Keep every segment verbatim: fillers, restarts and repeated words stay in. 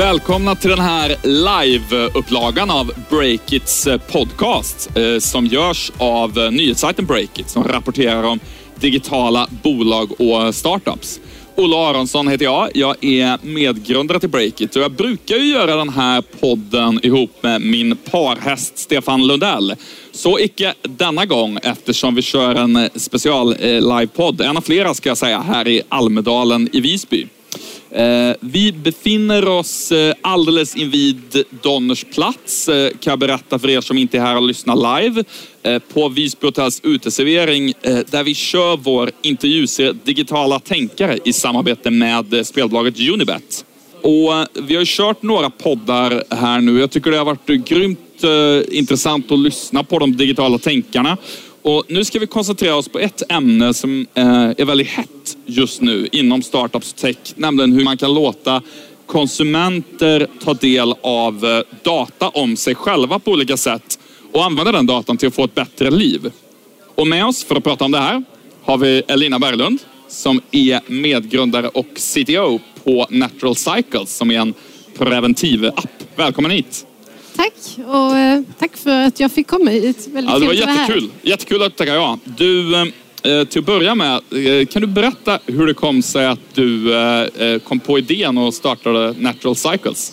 Välkomna till den här live-upplagan av Breakits podcast eh, som görs av nyhetssajten Breakit som rapporterar om digitala bolag och startups. Ola Aronsson heter jag. Jag är medgrundare till Breakit och jag brukar ju göra den här podden ihop med min parhäst Stefan Lundell. Så icke denna gång eftersom vi kör en special eh, livepodd. En av flera ska jag säga här i Almedalen i Visby. Eh, vi befinner oss eh, alldeles invid Donners plats, eh, kan jag berätta för er som inte är här och lyssnar live, eh, på Visby Hotels uteservering eh, där vi kör vår intervjuserie Digitala tänkare i samarbete med eh, spelbolaget Unibet. Och eh, vi har ju kört några poddar här nu. Jag tycker det har varit grymt eh, intressant att lyssna på de digitala tänkarna. Och nu ska vi koncentrera oss på ett ämne som eh, är väldigt hett just nu inom startups och tech, nämligen hur man kan låta konsumenter ta del av eh, data om sig själva på olika sätt och använda den datan till att få ett bättre liv. Och med oss för att prata om det här har vi Elina Berglund som är medgrundare och C T O på Natural Cycles som är en preventiv app. Välkommen hit! Tack, och eh, tack för att jag fick komma hit. Väldigt ja, det var jättekul. Här. Jättekul att tacka ja. Du, eh, till att börja med, eh, kan du berätta hur det kom sig att du eh, kom på idén och startade Natural Cycles?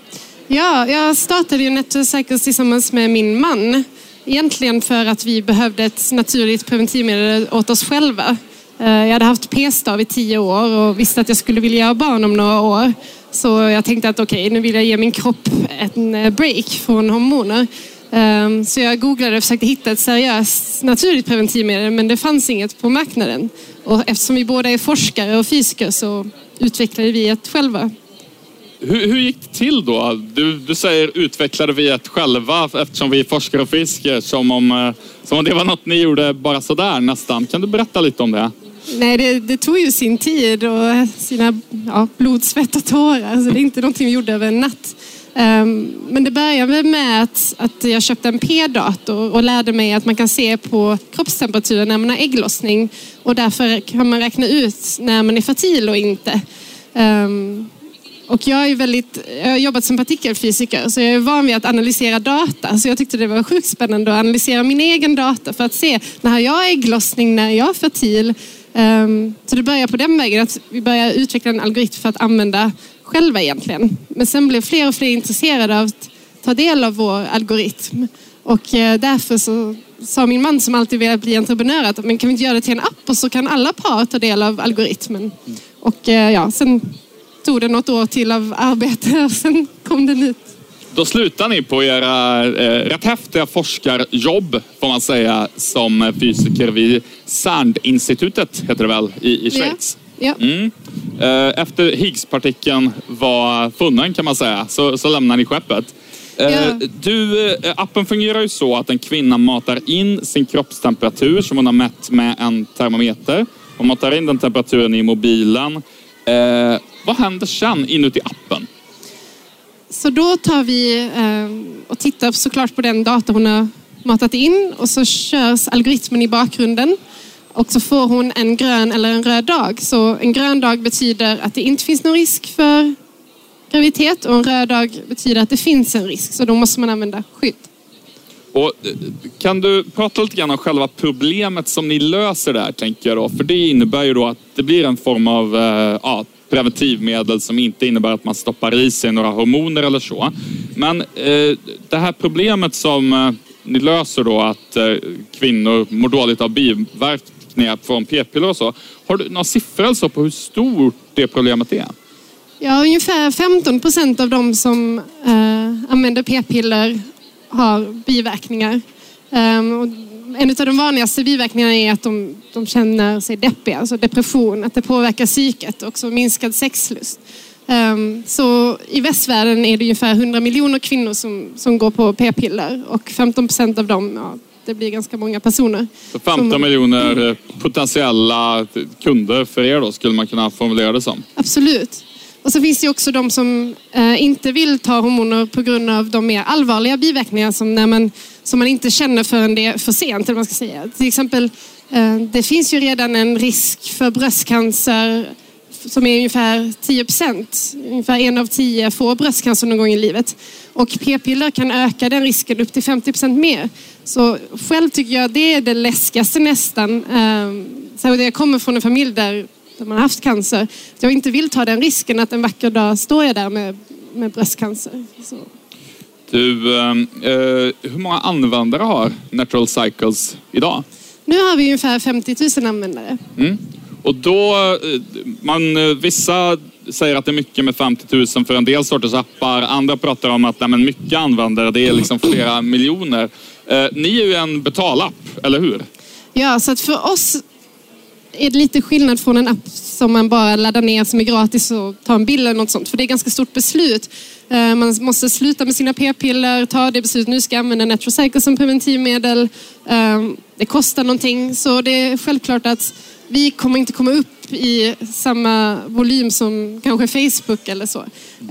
Ja, jag startade ju Natural Cycles tillsammans med min man. Egentligen för att vi behövde ett naturligt preventivmedel åt oss själva. Eh, jag hade haft p-stav i tio år och visste att jag skulle vilja ha barn om några år. Så jag tänkte att okej, okay, nu vill jag ge min kropp en break från hormoner. Um, så jag googlade och försökte hitta ett seriöst naturligt preventivmedel, men det fanns inget på marknaden. Och eftersom vi båda är forskare och fysiker så utvecklade vi ett själva. Hur, hur gick det till då? Du, du säger utvecklade vi ett själva eftersom vi är forskare och fysiker, som om, som om det var något ni gjorde bara sådär nästan. Kan du berätta lite om det? Nej, det, det tog ju sin tid och sina ja, blod, svett och tårar. Så det är inte någonting vi gjorde över en natt. Um, men det började med att, att jag köpte en p-dator och lärde mig att man kan se på kroppstemperaturen när man har ägglossning. Och därför kan man räkna ut när man är fertil och inte. Um, och jag, är väldigt, jag har jobbat som partikelfysiker så jag är van vid att analysera data. Så jag tyckte det var sjukt spännande att analysera min egen data för att se när jag har ägglossning, när jag är fertil. Um, så det började på den vägen att vi började utveckla en algoritm för att använda själva egentligen. Men sen blev fler och fler intresserade av att ta del av vår algoritm. Och uh, därför så sa min man som alltid velat bli entreprenör att men kan vi inte göra det till en app och så kan alla par ta del av algoritmen. Mm. Och uh, ja, sen tog det något år till av arbete och sen kom den ut. Då slutar ni på era eh, rätt häftiga forskarjobb får man säga som fysiker vid CERN-institutet heter det väl i, i Schweiz. Ja. Ja. Mm. Eh, efter Higgs-partikeln var funnen kan man säga så, så lämnar ni skeppet. Eh, ja. du, eh, appen fungerar ju så att en kvinna matar in sin kroppstemperatur som hon har mätt med en termometer. Hon matar in den temperaturen i mobilen. Eh, vad händer sen inuti appen? Så då tar vi eh, och tittar såklart på den data hon har matat in och så körs algoritmen i bakgrunden och så får hon en grön eller en röd dag. Så en grön dag betyder att det inte finns någon risk för graviditet och en röd dag betyder att det finns en risk. Så då måste man använda skydd. Och kan du prata lite grann om själva problemet som ni löser där tänker jag då? För det innebär ju då att det blir en form av eh, ja, preventivmedel som inte innebär att man stoppar i sig några hormoner eller så. Men eh, det här problemet som eh, ni löser då att eh, kvinnor mår dåligt av biverkningar från p-piller och så. Har du några siffror alltså på hur stort det problemet är? Ja, ungefär femton procent av de som eh, använder p-piller har biverkningar. Um, och en av de vanligaste biverkningarna är att de, de känner sig deppiga, alltså depression, att det påverkar psyket och också minskad sexlust. Um, så i västvärlden är det ungefär hundra miljoner kvinnor som, som går på p-piller och femton procent av dem, ja, det blir ganska många personer. Så femton som, miljoner mm. potentiella kunder för er då skulle man kunna formulera det som? Absolut. Och så finns det också de som eh, inte vill ta hormoner på grund av de mer allvarliga biverkningar som, när man, som man inte känner förrän det är för sent. Eller man ska säga. Till exempel, eh, det finns ju redan en risk för bröstcancer som är ungefär tio procent. Ungefär en av tio får bröstcancer någon gång i livet. Och p-piller kan öka den risken upp till femtio procent mer. Så själv tycker jag det är det läskigaste nästan. Så jag kommer från en familj där man har haft cancer. Jag inte vill ta den risken att en vacker dag står jag där med, med bröstcancer. Så. Du, eh, hur många användare har Natural Cycles idag? Nu har vi ungefär femtio tusen användare. Mm. Och då, man, vissa säger att det är mycket med femtio tusen för en del sorters appar. Andra pratar om att nej, men mycket användare, det är liksom flera miljoner. Eh, ni är ju en betalapp, eller hur? Ja, så att för oss är det lite skillnad från en app som man bara laddar ner som är gratis och tar en bild eller något sånt. För det är ett ganska stort beslut. Man måste sluta med sina p-piller, ta det beslut, nu ska jag använda Natural Cycles som preventivmedel. Det kostar någonting, så det är självklart att vi kommer inte komma upp i samma volym som kanske Facebook eller så.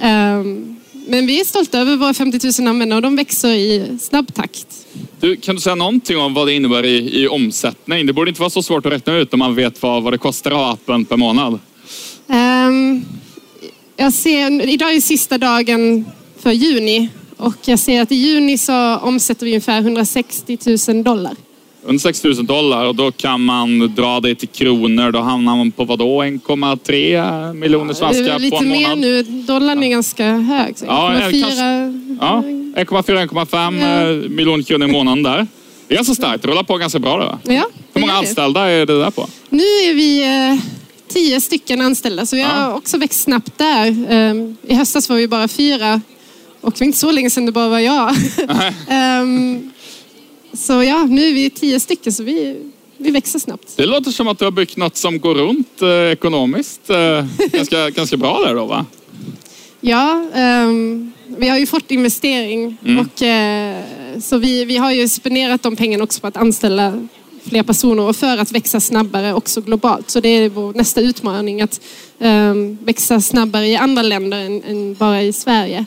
Men vi är stolta över våra femtio tusen användare och de växer i snabb takt. Du, kan du säga någonting om vad det innebär i, i omsättning? Det borde inte vara så svårt att räkna ut om man vet vad, vad det kostar att ha appen per månad. Um, jag ser, idag är sista dagen för juni och jag ser att i juni så omsätter vi ungefär hundrasextio tusen dollar. hundrasextio tusen dollar och då kan man dra det till kronor. Då hamnar man på vad då? en komma tre miljoner svenska ja, på en månad. Lite mer nu. Dollarn är ganska hög. Ja, en komma fyra ja, en komma fyra till en komma fem ja. miljoner kronor i månaden där. Det är ganska starkt. Det rullar på ganska bra då. Ja, hur många anställda är det där på? Nu är vi eh, tio stycken anställda. Så vi har ja. också växt snabbt där. Um, I höstas var vi bara fyra. Och det var inte så länge sedan det bara var jag. um, Så ja, nu är vi tio stycken så vi, vi växer snabbt. Det låter som att du har byggt något som går runt eh, ekonomiskt. Eh, ganska, ganska bra där då, va? Ja, um, vi har ju fått investering. Mm. Och, eh, så vi, vi har ju spenderat de pengarna också på att anställa fler personer och för att växa snabbare också globalt. Så det är vår nästa utmaning att um, växa snabbare i andra länder än, än bara i Sverige.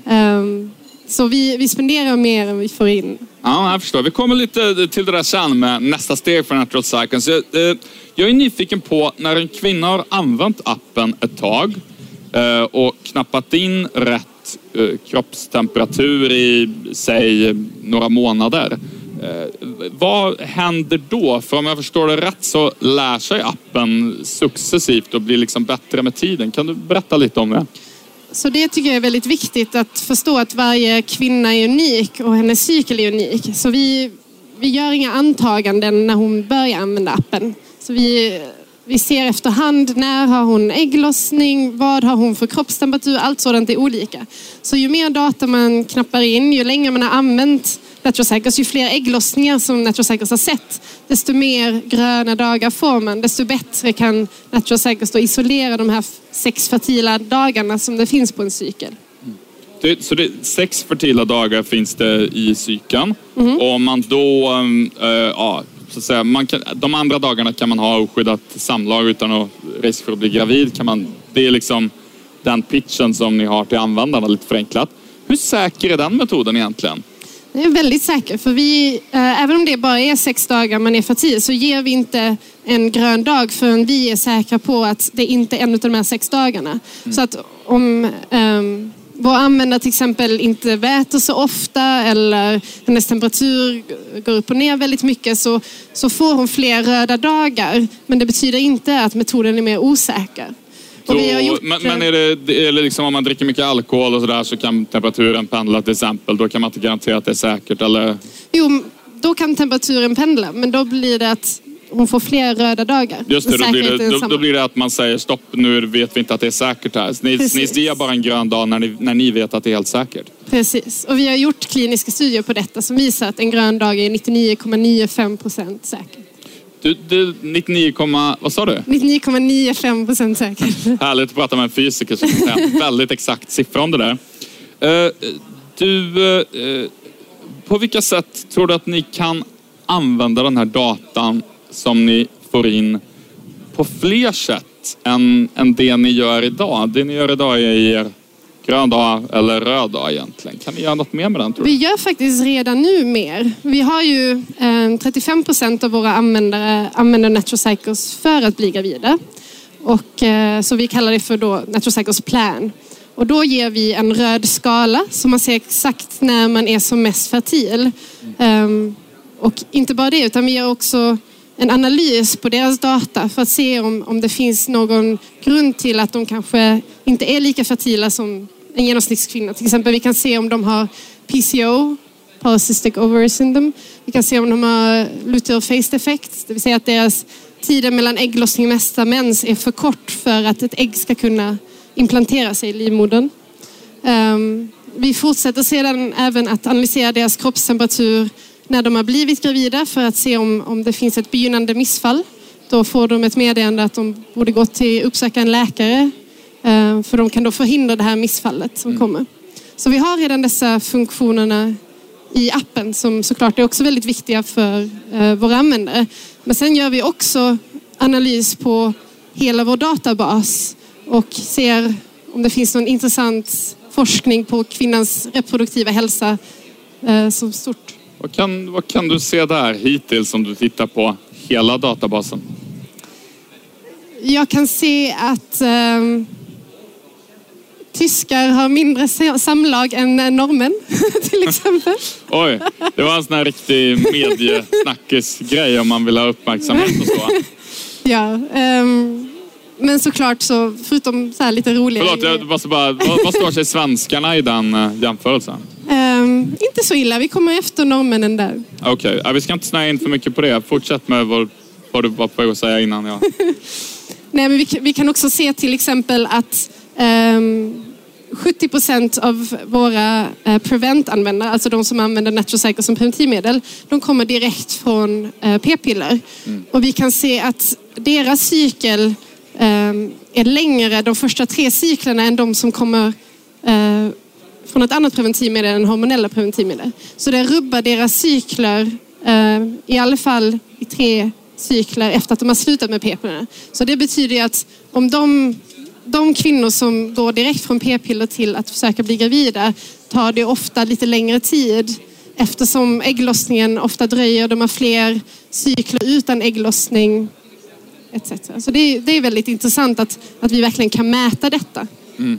Um, Så vi, vi spenderar mer än vi får in. Ja, jag förstår. Vi kommer lite till det där sen med nästa steg för Natural Cycles. Jag, eh, jag är nyfiken på när en kvinna har använt appen ett tag eh, och knappat in rätt eh, kroppstemperatur i, säg, några månader. Eh, vad händer då? För om jag förstår det rätt så lär sig appen successivt och blir liksom bättre med tiden. Kan du berätta lite om det? Så det tycker jag är väldigt viktigt att förstå att varje kvinna är unik och hennes cykel är unik. Så vi, vi gör inga antaganden när hon börjar använda appen. Så vi, vi ser efterhand när har hon ägglossning, vad har hon för kroppstemperatur, allt sådant är olika. Så ju mer data man knappar in, ju längre man har använt Natural Cycles, ju fler ägglossningar som Natural Cycles har sett, desto mer gröna dagar får man, desto bättre kan Natural Cycles då isolera de här sex fertila dagarna som det finns på en cykel. Det, så det, sex fertila dagar finns det i cykeln. Mm. Och om man då, äh, ja, så att säga, man kan, de andra dagarna kan man ha oskyddat samlag utan att risk för att bli gravid. Kan man, det är liksom den pitchen som ni har till användarna, lite förenklat. Hur säker är den metoden egentligen? Det är väldigt säker, för vi, äh, även om det bara är sex dagar man är fertil så ger vi inte en grön dag förrän vi är säkra på att det inte är en av de här sex dagarna. Mm. Så att om ähm, vår användare till exempel inte väter så ofta eller hennes temperatur går upp och ner väldigt mycket så, så får hon fler röda dagar. Men det betyder inte att metoden är mer osäker. Så, gjort, men men är det, är det liksom om man dricker mycket alkohol och sådär så kan temperaturen pendla till exempel. Då kan man inte garantera att det är säkert eller? Jo, då kan temperaturen pendla. Men då blir det att hon får fler röda dagar. Just det, då blir det, då, då blir det att man säger stopp, nu vet vi inte att det är säkert här. Så ni, ni ger bara en grön dag när ni, när ni vet att det är helt säkert. Precis, och vi har gjort kliniska studier på detta som visar att en grön dag är nittionio komma nittiofem procent säker. Du, du, nittionio, vad sa du? nittionio komma nittiofem procent säker. Härligt att prata med en fysiker som kan en väldigt exakt siffra om det där. Uh, du, uh, på vilka sätt tror du att ni kan använda den här datan som ni får in på fler sätt än, än det ni gör idag? Det ni gör idag är er grön dag eller röd dag egentligen. Kan ni göra något mer med den, tror du? Vi gör faktiskt redan nu mer. Vi har ju eh, trettiofem procent av våra användare använder Natural Cycles för att bli gravida. Och, eh, så vi kallar det för då Natural Cycles Plan. Och då ger vi en röd skala så man ser exakt när man är som mest fertil. Um, och inte bara det, utan vi gör också en analys på deras data för att se om, om det finns någon grund till att de kanske inte är lika fertila som en genomsnittskvinna. Till exempel vi kan se om de har P C O, Polycystic Ovary Syndrome. Vi kan se om de har luteal phase defect, det vill säga att deras tiden mellan ägglossning och nästa mens är för kort för att ett ägg ska kunna implantera sig i livmodern. Um, vi fortsätter sedan även att analysera deras kroppstemperatur när de har blivit gravida för att se om, om det finns ett begynnande missfall. Då får de ett meddelande att de borde gå till uppsöka en läkare uh, för de kan då förhindra det här missfallet som mm. kommer. Så vi har redan dessa funktionerna i appen som såklart är också väldigt viktiga för uh, våra användare. Men sen gör vi också analys på hela vår databas och ser om det finns någon intressant forskning på kvinnans reproduktiva hälsa eh, som stort. Vad kan, vad kan du se där hittills om du tittar på hela databasen? Jag kan se att eh, tyskar har mindre samlag än norrmän till exempel. Oj, det var en sån här riktig mediesnackisgrej om man vill ha uppmärksamhet och så. Ja, um, men såklart så, förutom så här lite roliga... Förlåt, jag måste bara, vad, vad står sig svenskarna i den uh, jämförelsen? Um, inte så illa, vi kommer efter norrmännen där. Okej, okay. ja, vi ska inte snöa in för mycket på det. Fortsätt med vad, vad du var på att säga innan. Ja. Nej, men vi, vi kan också se till exempel att um, sjuttio procent av våra uh, prevent-användare, alltså de som använder Natural Cycle som preventivmedel, de kommer direkt från uh, p-piller. Mm. Och vi kan se att deras cykel um, är längre, de första tre cyklerna, än de som kommer uh, från ett annat preventivmedel än hormonella preventivmedel. Så det rubbar deras cykler uh, i alla fall i tre cykler efter att de har slutat med p-piller. Så det betyder att om de De kvinnor som går direkt från p-piller till att försöka bli gravida tar det ofta lite längre tid eftersom ägglossningen ofta dröjer. De har fler cykler utan ägglossning et cetera. Så det är, det är väldigt intressant att, att vi verkligen kan mäta detta. Mm.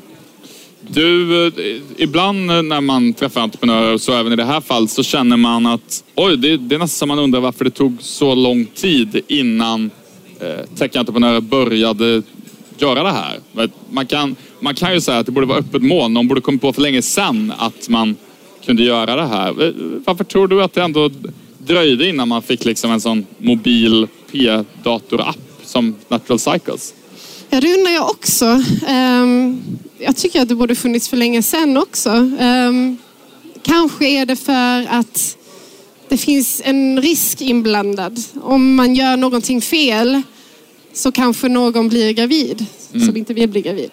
Du, ibland när man träffar entreprenörer, så även i det här fallet, så känner man att oj, det, det är nästan som man undrar varför det tog så lång tid innan eh, tech-entreprenörer började göra det här. Man kan, man kan ju säga att det borde vara öppet mål. De borde komma på för länge sedan att man kunde göra det här. Varför tror du att det ändå dröjde innan man fick liksom en sån mobil p-dator-app som Natural Cycles? Ja, det undrar jag också. Um, jag tycker att det borde funnits för länge sedan också. Um, kanske är det för att det finns en risk inblandad. Om man gör någonting fel så kanske någon blir gravid mm. som inte vill bli gravid.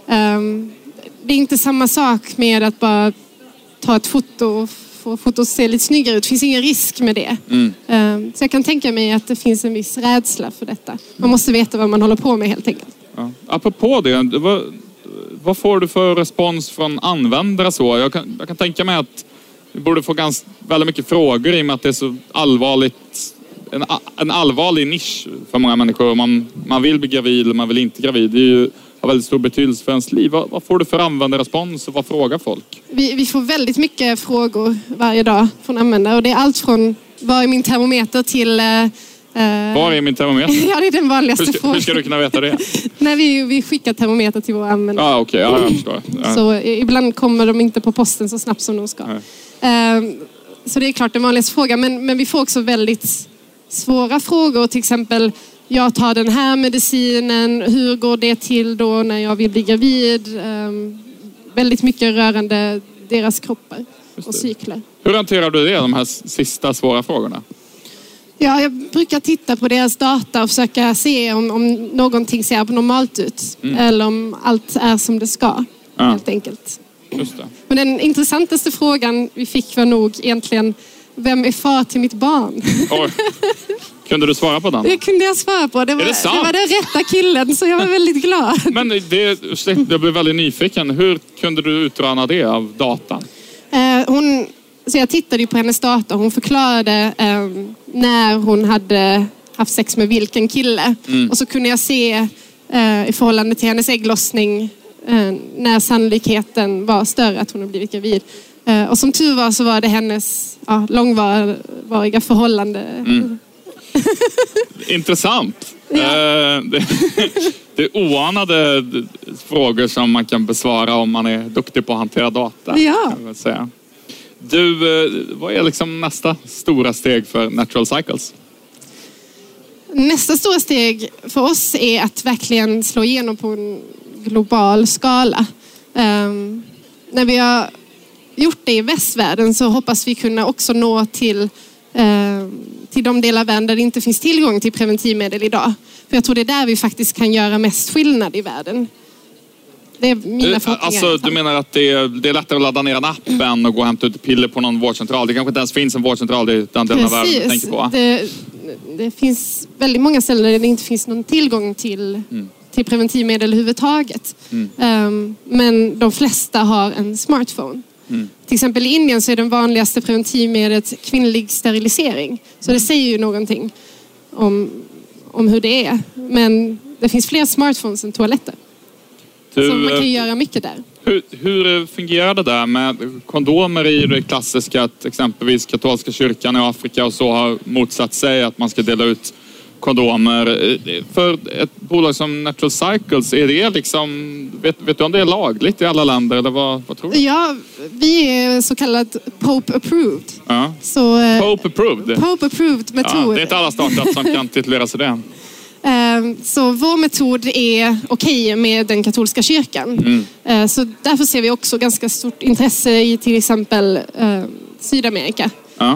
Um, det är inte samma sak med att bara ta ett foto och få fotot att se lite snyggare ut. Det finns ingen risk med det. Mm. Um, så jag kan tänka mig att det finns en viss rädsla för detta. Man måste veta vad man håller på med helt enkelt. Ja. Apropå det, vad, vad får du för respons från användare så? Jag kan, jag kan tänka mig att vi borde få ganska väldigt mycket frågor i och med att det är så allvarligt. En, en allvarlig nisch för många människor. Man, man vill bli gravid eller man vill inte gravid. Det är ju, har väldigt stor betydelse för ens liv. Vad, vad får du för användarrespons och vad frågar folk? Vi, vi får väldigt mycket frågor varje dag från användare. Och det är allt från vad är min termometer till... Eh, Var är min termometer? Ja, det är den vanligaste hur ska, frågan. Hur ska du kunna veta det? Nej, vi, vi skickar termometer till våra användare. Ah, okej, okay. Ja, jag förstår. Ja. Så ibland kommer de inte på posten så snabbt som de ska. Eh, så det är klart den vanligaste frågan. Men, men vi får också väldigt svåra frågor. Till exempel, jag tar den här medicinen. Hur går det till då när jag vill bli gravid? Eh, väldigt mycket rörande deras kroppar och cykler. Hur hanterar du det, de här sista svåra frågorna? Ja, jag brukar titta på deras data och försöka se om, om någonting ser normalt ut. Mm. Eller om allt är som det ska, ja. Helt enkelt. Just det. Men den intressantaste frågan vi fick var nog egentligen, vem är far till mitt barn? Oj. Kunde du svara på den? Det kunde jag svara på. Det var, det, det var den rätta killen, så jag var väldigt glad. Men det, jag blev väldigt nyfiken. Hur kunde du utröna det av datan? Eh, hon... Så jag tittade ju på hennes data. Hon förklarade eh, när hon hade haft sex med vilken kille. Mm. Och så kunde jag se eh, i förhållande till hennes ägglossning eh, när sannolikheten var större att hon har blivit gravid. Eh, och som tur var så var det hennes ja, långvariga förhållande. Mm. Intressant. Ja. Eh, det, det är oanade frågor som man kan besvara om man är duktig på att hantera data. Ja. Kan jag säga. Du, vad är liksom nästa stora steg för Natural Cycles? Nästa stora steg för oss är att verkligen slå igenom på en global skala. Um, när vi har gjort det i västvärlden så hoppas vi kunna också nå till, uh, till de delar av världen där det inte finns tillgång till preventivmedel idag. För jag tror det är där vi faktiskt kan göra mest skillnad i världen. Det är mina alltså, du menar att det är, det är lättare att ladda ner en app än att gå och hämta ut piller på någon vårdcentral? Det kanske inte ens finns en vårdcentral i den delen av världen du tänker på. Det, det finns väldigt många ställen där det inte finns någon tillgång till, mm. till preventivmedel överhuvudtaget. Mm. Um, men de flesta har en smartphone. Mm. Till exempel i Indien så är den vanligaste preventivmedlet kvinnlig sterilisering. Så det säger ju någonting om, om hur det är. Men det finns fler smartphones än toaletter. Du, så man kan ju göra mycket där. Hur, hur fungerar det där med kondomer i det klassiska att exempelvis katolska kyrkan i Afrika och så har motsatt sig att man ska dela ut kondomer. För ett bolag som Natural Cycles, är det liksom, vet, vet du om det är lagligt i alla länder eller vad, vad tror du? Ja, vi är så kallat Pope approved. Ja. Så, Pope approved? Pope approved metod. Ja, det är inte alla startups som kan titulera sig det. Så vår metod är okej med den katolska kyrkan. Mm. Så därför ser vi också ganska stort intresse i till exempel Sydamerika. Ja.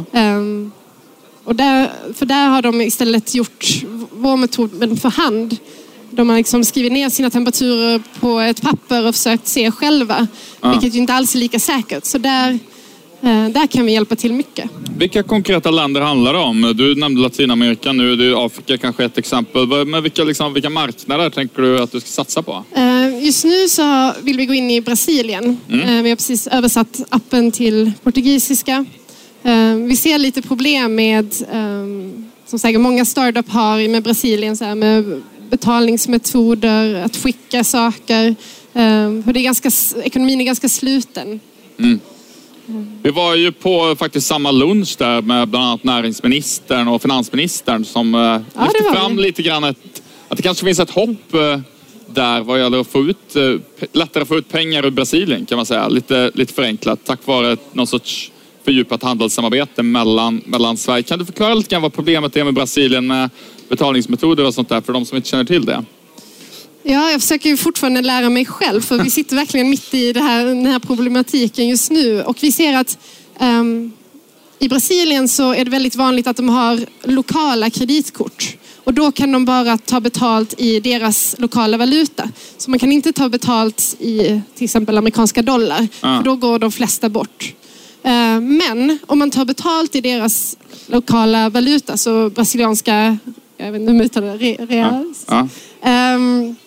Och där, för där har de istället gjort vår metod för hand. De har liksom skrivit ner sina temperaturer på ett papper och försökt se själva. Ja. Vilket ju inte alls är lika säkert. Så där, där kan vi hjälpa till mycket. Vilka konkreta länder handlar det om? Du nämnde Latinamerika nu, det är Afrika kanske ett exempel. Men vilka, liksom, vilka marknader tänker du att du ska satsa på? Just nu så vill vi gå in i Brasilien. Mm. Vi har precis översatt appen till portugisiska. Vi ser lite problem med, som säkert många startup har med Brasilien, så här med betalningsmetoder, att skicka saker. För det är ganska, ekonomin är ganska sluten. Mm. Vi var ju på faktiskt samma lunch där med bland annat näringsministern och finansministern som ja, lyfte fram lite grann ett, att det kanske finns ett hopp där vad gäller att få ut, lättare att få ut pengar ur Brasilien kan man säga, lite, lite förenklat tack vare någon sorts fördjupat handelssamarbete mellan, mellan Sverige. Kan du förklara lite grann vad problemet är med Brasilien med betalningsmetoder och sånt där för de som inte känner till det? Ja, jag försöker ju fortfarande lära mig själv för vi sitter verkligen mitt i det här, den här problematiken just nu. Och vi ser att um, i Brasilien så är det väldigt vanligt att de har lokala kreditkort. Och då kan de bara ta betalt i deras lokala valuta. Så man kan inte ta betalt i till exempel amerikanska dollar. Ah. För då går de flesta bort. Uh, men om man tar betalt i deras lokala valuta, så brasilianska, jag vet inte hur man uttalar det, reals. Ah. Ah. Um,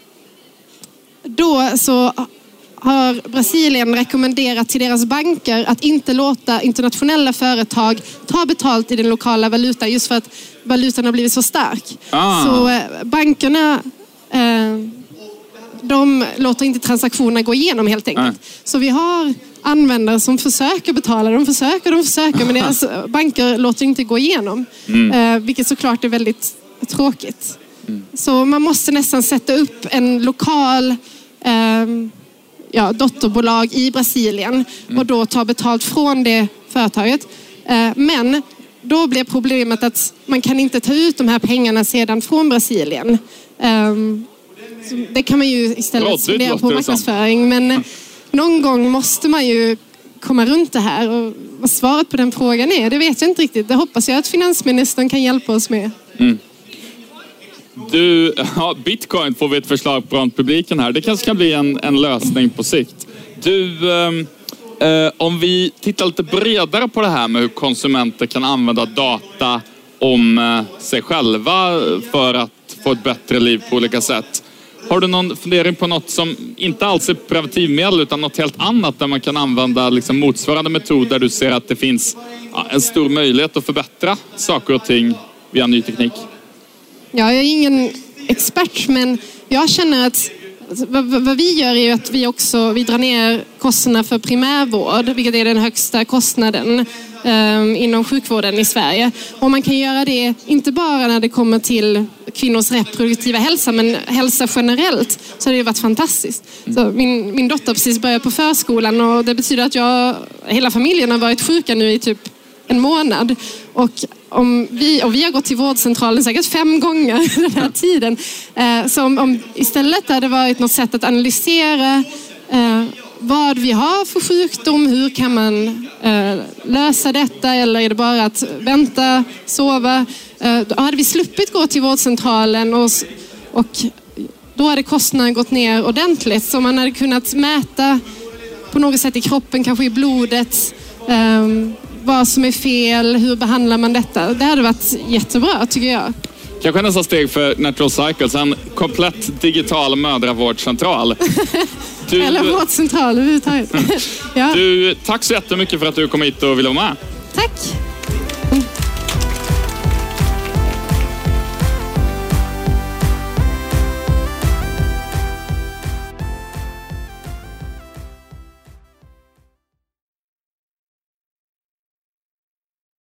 Då så har Brasilien rekommenderat till deras banker att inte låta internationella företag ta betalt i den lokala valuta just för att valutan har blivit så stark. Ah. Så eh, bankerna eh, de låter inte transaktionerna gå igenom helt enkelt. Ah. Så vi har användare som försöker betala, de försöker, de försöker men deras banker låter inte gå igenom. Mm. Eh, vilket såklart är väldigt tråkigt. Mm. Så man måste nästan sätta upp en lokal eh, ja, dotterbolag i Brasilien mm. och då ta betalt från det företaget. Eh, men då blir problemet att man kan inte ta ut de här pengarna sedan från Brasilien. Eh, det kan man ju istället spendera på marknadsföring. Men mm. någon gång måste man ju komma runt det här. Och vad svaret på den frågan är, det vet jag inte riktigt. Det hoppas jag att finansministern kan hjälpa oss med. Mm. Du, ja, Bitcoin får vi ett förslag från publiken här. Det kanske kan bli en, en lösning på sikt. Du, eh, om vi tittar lite bredare på det här med hur konsumenter kan använda data om eh, sig själva för att få ett bättre liv på olika sätt. Har du någon fundering på något som inte alls är preventivmedel utan något helt annat där man kan använda liksom, motsvarande metod där du ser att det finns ja, en stor möjlighet att förbättra saker och ting via ny teknik? Ja, jag är ingen expert, men jag känner att alltså, vad, vad vi gör är ju att vi också vi drar ner kostnaderna för primärvård, vilket är den högsta kostnaden um, inom sjukvården i Sverige. Och man kan göra det inte bara när det kommer till kvinnors reproduktiva hälsa, men hälsa generellt, så har det varit fantastiskt. Så min, min dotter precis börjat på förskolan och det betyder att jag, hela familjen har varit sjuka nu i typ en månad. Och, om vi, och vi har gått till vårdcentralen säkert fem gånger den här tiden. Eh, så om, om istället hade varit något sätt att analysera eh, vad vi har för sjukdom, hur kan man eh, lösa detta, eller är det bara att vänta, sova. Eh, då hade vi sluppit gå till vårdcentralen och, och då hade kostnaden gått ner ordentligt. Så man hade kunnat mäta på något sätt i kroppen, kanske i blodet, eh, vad som är fel, hur behandlar man detta. Det hade varit jättebra, tycker jag. Kanske nästa steg för Natural Cycles, en komplett digital mödravårdscentral. Du... Eller vårdcentral överhuvudtaget. Ja. Du, tack så jättemycket för att du kom hit och ville vara med. Tack.